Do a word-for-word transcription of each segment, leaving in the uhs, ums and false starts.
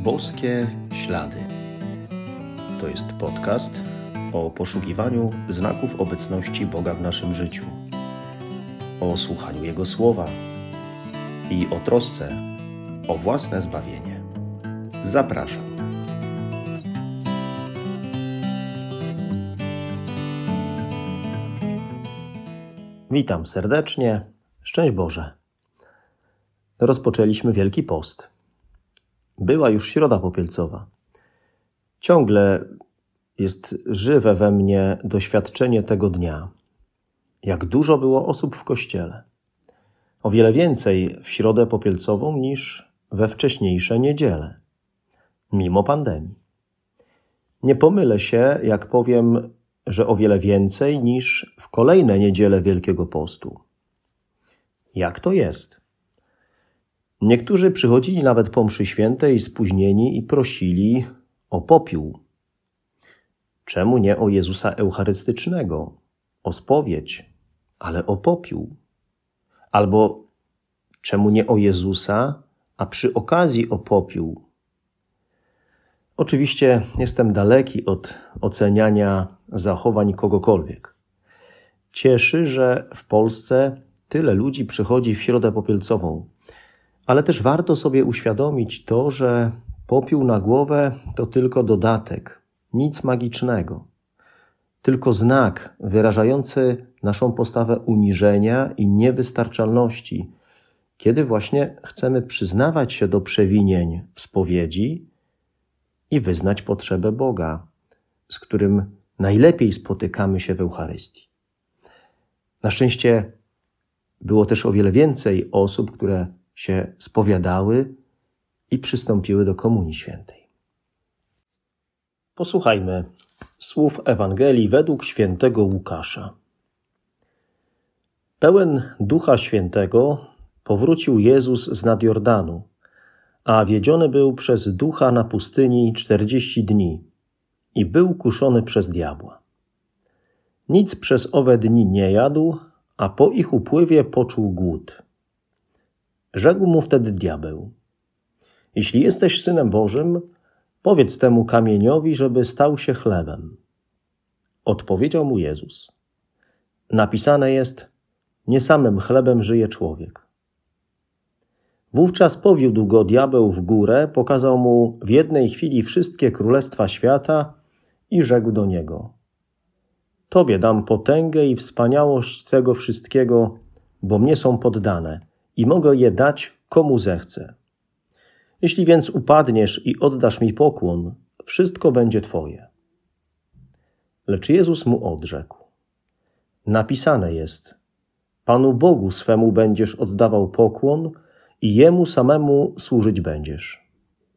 Boskie Ślady. To jest podcast o poszukiwaniu znaków obecności Boga w naszym życiu, o słuchaniu Jego słowa i o trosce o własne zbawienie. Zapraszam. Witam serdecznie. Szczęść Boże. Rozpoczęliśmy Wielki Post. Była już Środa Popielcowa. Ciągle jest żywe we mnie doświadczenie tego dnia. Jak dużo było osób w kościele. O wiele więcej w Środę Popielcową niż we wcześniejsze niedziele. Mimo pandemii. Nie pomylę się, jak powiem, że o wiele więcej niż w kolejne niedziele Wielkiego Postu. Jak to jest? Niektórzy przychodzili nawet po mszy świętej spóźnieni i prosili o popiół. Czemu nie o Jezusa Eucharystycznego, o spowiedź, ale o popiół? Albo czemu nie o Jezusa, a przy okazji o popiół? Oczywiście jestem daleki od oceniania zachowań kogokolwiek. Cieszy, że w Polsce tyle ludzi przychodzi w Środę Popielcową. Ale też warto sobie uświadomić to, że popiół na głowę to tylko dodatek, nic magicznego. Tylko znak wyrażający naszą postawę uniżenia i niewystarczalności, kiedy właśnie chcemy przyznawać się do przewinień w spowiedzi i wyznać potrzebę Boga, z którym najlepiej spotykamy się w Eucharystii. Na szczęście było też o wiele więcej osób, które się spowiadały i przystąpiły do Komunii Świętej. Posłuchajmy słów Ewangelii według świętego Łukasza. Pełen Ducha Świętego powrócił Jezus z nad Jordanu, a wiedziony był przez Ducha na pustyni czterdzieści dni i był kuszony przez diabła. Nic przez owe dni nie jadł, a po ich upływie poczuł głód. Rzekł mu wtedy diabeł: jeśli jesteś Synem Bożym, powiedz temu kamieniowi, żeby stał się chlebem. Odpowiedział mu Jezus: napisane jest, nie samym chlebem żyje człowiek. Wówczas powiódł go diabeł w górę, pokazał mu w jednej chwili wszystkie królestwa świata i rzekł do niego: Tobie dam potęgę i wspaniałość tego wszystkiego, bo mnie są poddane i mogę je dać komu zechcę. Jeśli więc upadniesz i oddasz mi pokłon, wszystko będzie Twoje. Lecz Jezus mu odrzekł: napisane jest, Panu Bogu swemu będziesz oddawał pokłon i Jemu samemu służyć będziesz.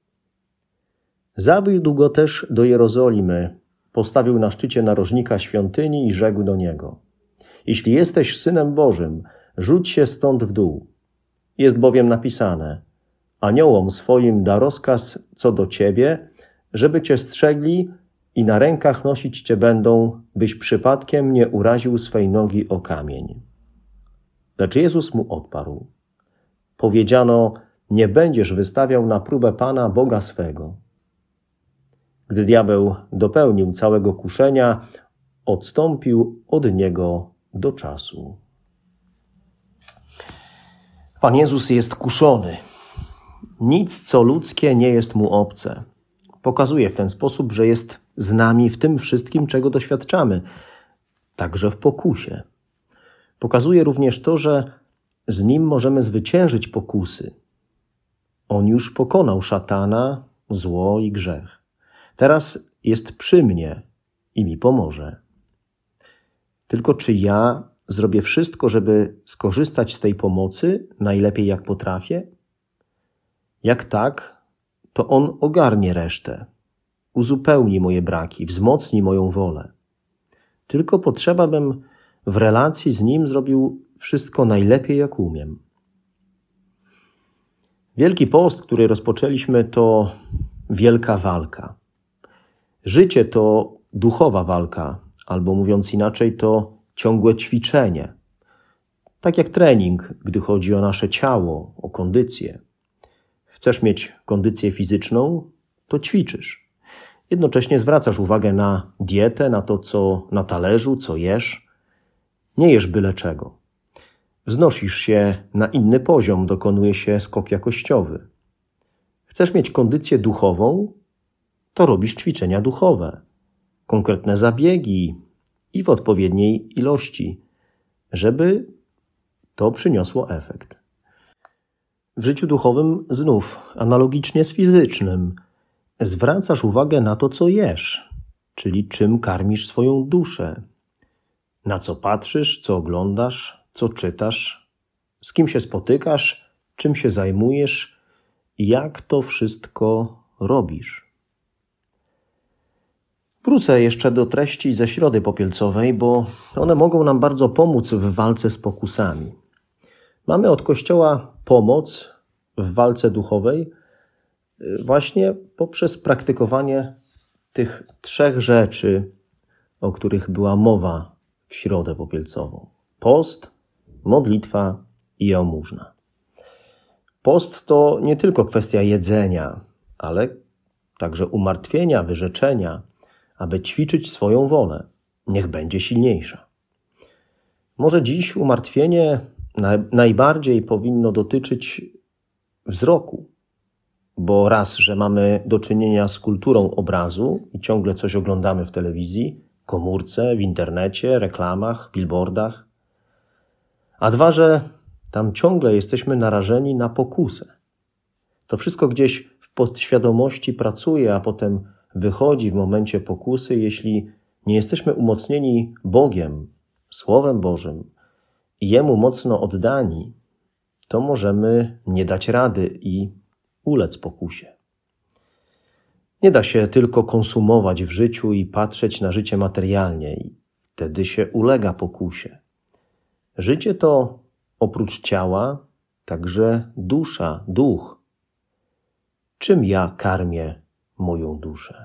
Zawiódł go też do Jerozolimy, postawił na szczycie narożnika świątyni i rzekł do niego: jeśli jesteś Synem Bożym, rzuć się stąd w dół. Jest bowiem napisane, aniołom swoim da rozkaz co do ciebie, żeby cię strzegli i na rękach nosić cię będą, byś przypadkiem nie uraził swej nogi o kamień. Lecz Jezus mu odparł: powiedziano, nie będziesz wystawiał na próbę Pana Boga swego. Gdy diabeł dopełnił całego kuszenia, odstąpił od niego do czasu. Pan Jezus jest kuszony. Nic, co ludzkie, nie jest mu obce. Pokazuje w ten sposób, że jest z nami w tym wszystkim, czego doświadczamy, także w pokusie. Pokazuje również to, że z Nim możemy zwyciężyć pokusy. On już pokonał szatana, zło i grzech. Teraz jest przy mnie i mi pomoże. Tylko czy ja zrobię wszystko, żeby skorzystać z tej pomocy najlepiej jak potrafię? Jak tak, to On ogarnie resztę, uzupełni moje braki, wzmocni moją wolę. Tylko potrzeba, bym w relacji z Nim zrobił wszystko najlepiej jak umiem. Wielki Post, który rozpoczęliśmy, to wielka walka. Życie to duchowa walka, albo mówiąc inaczej, to ciągłe ćwiczenie. Tak jak trening, gdy chodzi o nasze ciało, o kondycję. Chcesz mieć kondycję fizyczną? to ćwiczysz. Jednocześnie zwracasz uwagę na dietę, na to, co na talerzu, co jesz. Nie jesz byle czego. Wznosisz się na inny poziom, dokonuje się skok jakościowy. Chcesz mieć kondycję duchową, to robisz ćwiczenia duchowe, konkretne zabiegi i w odpowiedniej ilości, żeby to przyniosło efekt. W życiu duchowym znów, analogicznie z fizycznym, zwracasz uwagę na to, co jesz, czyli czym karmisz swoją duszę, na co patrzysz, co oglądasz, co czytasz, z kim się spotykasz, czym się zajmujesz, jak to wszystko robisz. Wrócę jeszcze do treści ze Środy Popielcowej, bo one mogą nam bardzo pomóc w walce z pokusami. Mamy od Kościoła pomoc w walce duchowej właśnie poprzez praktykowanie tych trzech rzeczy, o których była mowa w Środę Popielcową. Post, modlitwa i jałmużna. Post to nie tylko kwestia jedzenia, ale także umartwienia, wyrzeczenia, aby ćwiczyć swoją wolę. Niech będzie silniejsza. Może dziś umartwienie najbardziej powinno dotyczyć wzroku, bo raz, że mamy do czynienia z kulturą obrazu i ciągle coś oglądamy w telewizji, komórce, w internecie, reklamach, billboardach, a dwa, że tam ciągle jesteśmy narażeni na pokusę. To wszystko gdzieś w podświadomości pracuje, a potem wychodzi w momencie pokusy, jeśli nie jesteśmy umocnieni Bogiem, Słowem Bożym i Jemu mocno oddani, to możemy nie dać rady i ulec pokusie. Nie da się tylko konsumować w życiu i patrzeć na życie materialnie i wtedy się ulega pokusie. Życie to oprócz ciała także dusza, duch. Czym ja karmię moją duszę?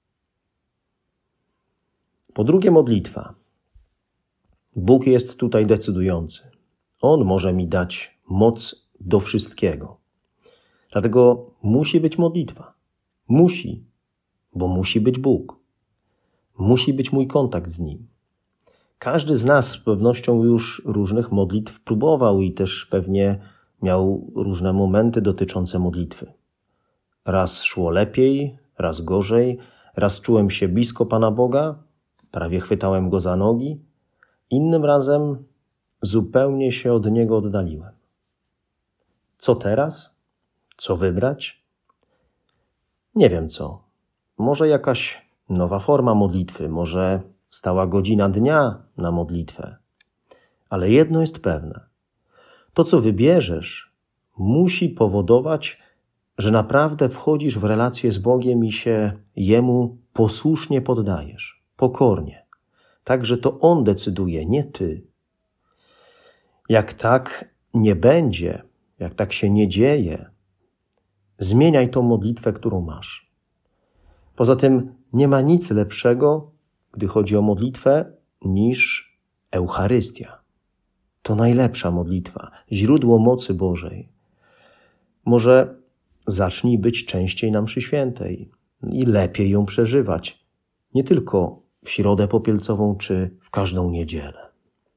Po drugie, modlitwa. Bóg jest tutaj decydujący. On może mi dać moc do wszystkiego. Dlatego musi być modlitwa. Musi, bo musi być Bóg. Musi być mój kontakt z Nim. Każdy z nas z pewnością już różnych modlitw próbował i też pewnie miał różne momenty dotyczące modlitwy. Raz szło lepiej, raz gorzej, raz czułem się blisko Pana Boga, prawie chwytałem Go za nogi, innym razem zupełnie się od Niego oddaliłem. Co teraz? Co wybrać? Nie wiem co. Może jakaś nowa forma modlitwy, może stała godzina dnia na modlitwę. Ale jedno jest pewne. To, co wybierzesz, musi powodować, że naprawdę wchodzisz w relację z Bogiem i się Jemu posłusznie poddajesz, pokornie. Tak, że to On decyduje, nie ty. Jak tak nie będzie, jak tak się nie dzieje, zmieniaj tą modlitwę, którą masz. Poza tym nie ma nic lepszego, gdy chodzi o modlitwę, niż Eucharystia. To najlepsza modlitwa, źródło mocy Bożej. Może zacznij być częściej na mszy świętej i lepiej ją przeżywać. Nie tylko w Środę Popielcową czy w każdą niedzielę.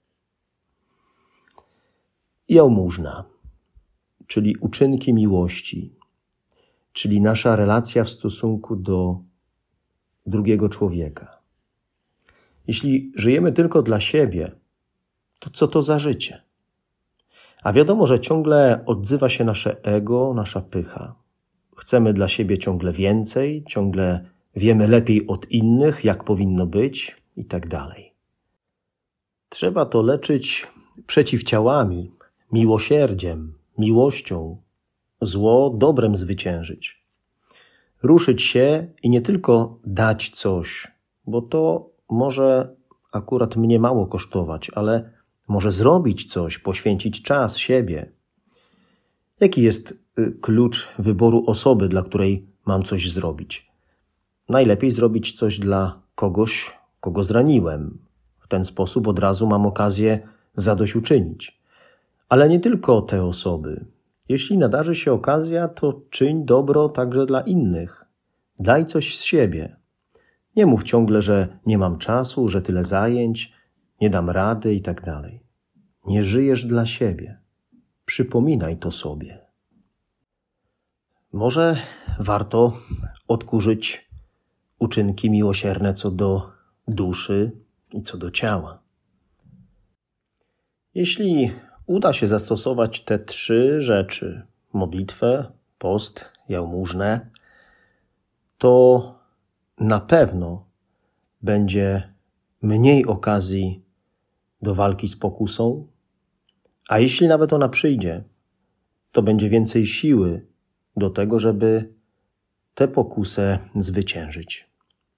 Jałmużna, czyli uczynki miłości, czyli nasza relacja w stosunku do drugiego człowieka. Jeśli żyjemy tylko dla siebie, to co to za życie? A wiadomo, że ciągle odzywa się nasze ego, nasza pycha. Chcemy dla siebie ciągle więcej, ciągle wiemy lepiej od innych, jak powinno być i tak dalej. Trzeba to leczyć przeciwciałami, miłosierdziem, miłością, zło dobrem zwyciężyć. Ruszyć się i nie tylko dać coś, bo to może akurat mnie mało kosztować, ale może zrobić coś, poświęcić czas, siebie. Jaki jest klucz wyboru osoby, dla której mam coś zrobić? Najlepiej zrobić coś dla kogoś, kogo zraniłem. W ten sposób od razu mam okazję zadośćuczynić. Ale nie tylko te osoby. Jeśli nadarzy się okazja, to czyń dobro także dla innych. Daj coś z siebie. Nie mów ciągle, że nie mam czasu, że tyle zajęć, nie dam rady i tak dalej. Nie żyjesz dla siebie. Przypominaj to sobie. Może warto odkurzyć uczynki miłosierne co do duszy i co do ciała. Jeśli uda się zastosować te trzy rzeczy, modlitwę, post, jałmużnę, to na pewno będzie mniej okazji do walki z pokusą, a jeśli nawet ona przyjdzie, to będzie więcej siły do tego, żeby tę pokusę zwyciężyć.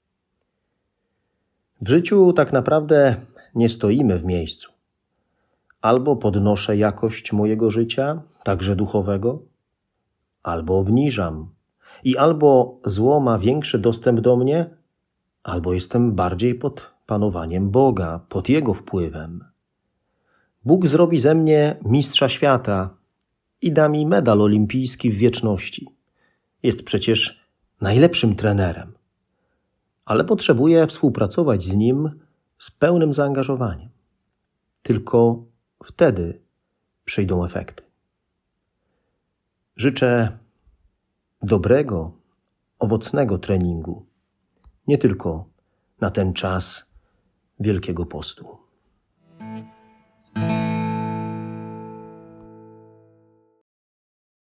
W życiu tak naprawdę nie stoimy w miejscu. Albo podnoszę jakość mojego życia, także duchowego, albo obniżam. I albo zło ma większy dostęp do mnie, albo jestem bardziej pod panowaniem Boga, pod Jego wpływem. Bóg zrobi ze mnie mistrza świata i da mi medal olimpijski w wieczności. Jest przecież najlepszym trenerem, ale potrzebuję współpracować z Nim z pełnym zaangażowaniem. Tylko wtedy przyjdą efekty. Życzę dobrego, owocnego treningu, nie tylko na ten czas Wielkiego Postu.